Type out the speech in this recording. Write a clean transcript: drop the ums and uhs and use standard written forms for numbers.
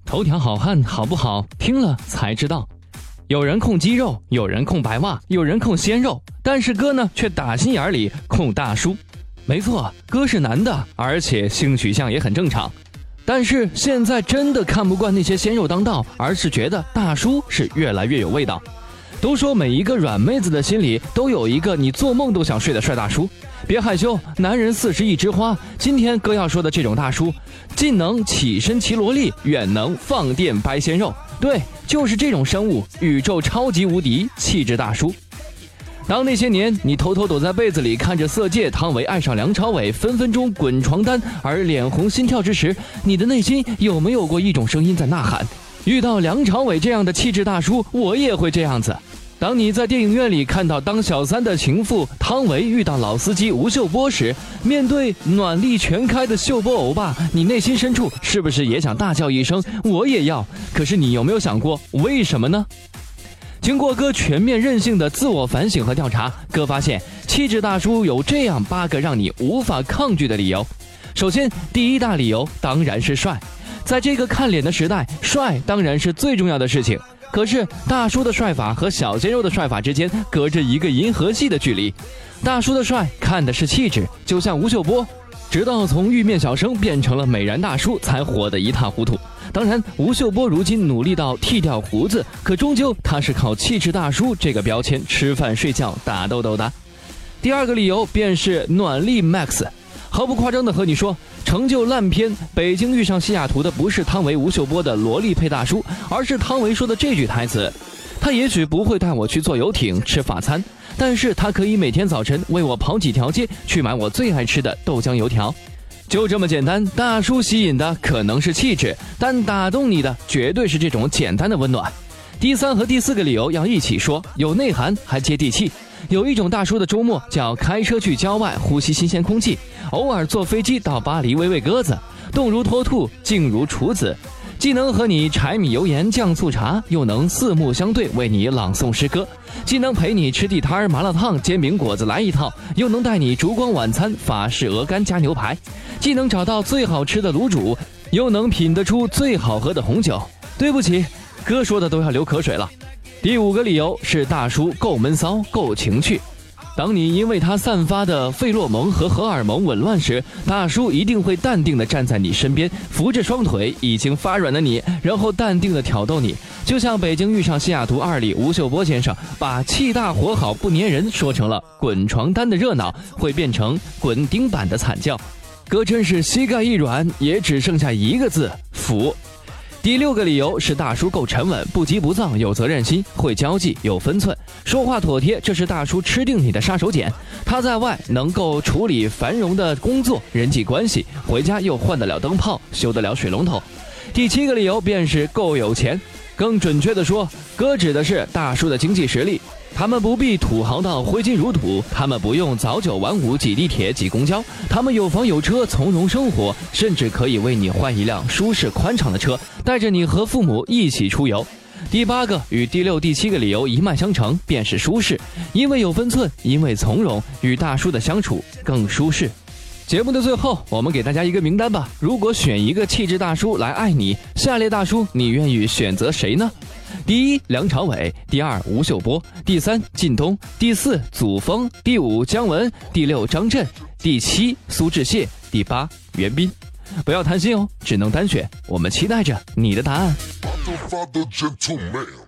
头条好汉好不好？听了才知道。有人控肌肉，有人控白袜，有人控鲜肉，但是哥呢却打心眼里控大叔。没错，哥是男的，而且性取向也很正常。但是现在真的看不惯那些鲜肉当道，而是觉得大叔是越来越有味道。都说每一个软妹子的心里都有一个你做梦都想睡的帅大叔。别害羞，男人40一枝花。今天哥要说的这种大叔，近能起身骑萝莉，远能放电掰鲜肉。对，就是这种生物，宇宙超级无敌气质大叔。当那些年你偷偷躲在被子里看着色戒、汤唯爱上梁朝伟，分分钟滚床单而脸红心跳之时，你的内心有没有过一种声音在呐喊：遇到梁朝伟这样的气质大叔，我也会这样子。当你在电影院里看到当小三的情妇汤唯遇到老司机吴秀波时，面对暖力全开的秀波欧巴，你内心深处是不是也想大叫一声我也要？可是你有没有想过为什么呢？经过哥全面任性的自我反省和调查，哥发现气质大叔有这样8个让你无法抗拒的理由。首先，第一大理由当然是帅。在这个看脸的时代，帅当然是最重要的事情。可是大叔的帅法和小鲜肉的帅法之间隔着一个银河系的距离。大叔的帅看的是气质，就像吴秀波，直到从玉面小生变成了美髯大叔才火得一塌糊涂。当然，吴秀波如今努力到剃掉胡子，可终究他是靠气质大叔这个标签吃饭睡觉打豆豆的。第二个理由便是暖力 max。毫不夸张地和你说，成就烂片《北京遇上西雅图》的不是汤唯吴秀波的萝莉配大叔，而是汤唯说的这句台词：他也许不会带我去坐游艇吃法餐，但是他可以每天早晨为我跑几条街去买我最爱吃的豆浆油条。就这么简单，大叔吸引的可能是气质，但打动你的绝对是这种简单的温暖。第3和第4个理由要一起说，有内涵还接地气。有一种大叔的周末叫开车去郊外呼吸新鲜空气，偶尔坐飞机到巴黎喂喂鸽子，动如脱兔，静如处子，既能和你柴米油盐酱醋茶，又能四目相对为你朗诵诗歌，既能陪你吃地摊麻辣烫煎饼果子来一套，又能带你烛光晚餐法式鹅肝加牛排，既能找到最好吃的卤煮，又能品得出最好喝的红酒。对不起，哥说的都要流口水了。第5个理由是大叔够闷骚够情趣。当你因为他散发的费洛蒙和荷尔蒙紊乱时，大叔一定会淡定地站在你身边，扶着双腿已经发软的你，然后淡定地挑逗你。就像《北京遇上西雅图2》里吴秀波先生把气大火好不粘人说成了滚床单的热闹会变成滚钉板的惨叫。哥真是膝盖一软也只剩下一个字：服。第6个理由是大叔够沉稳，不急不躁，有责任心，会交际，有分寸，说话妥帖，这是大叔吃定你的杀手锏。他在外能够处理繁荣的工作人际关系，回家又换得了灯泡，修得了水龙头。第7个理由便是够有钱。更准确的说，哥指的是大叔的经济实力。他们不必土豪到挥金如土，他们不用早9晚5挤地铁挤公交，他们有房有车从容生活，甚至可以为你换一辆舒适宽敞的车，带着你和父母一起出游。第8个与第6、第7个理由一脉相承，便是舒适。因为有分寸，因为从容，与大叔的相处更舒适。节目的最后，我们给大家一个名单吧。如果选一个气质大叔来爱你，下列大叔你愿意选择谁呢？第1梁朝伟，第2吴秀波，第3靳东，第4祖峰，第5姜文，第6张震，第7苏志燮，第8袁彬。不要贪心哦，只能单选。我们期待着你的答案。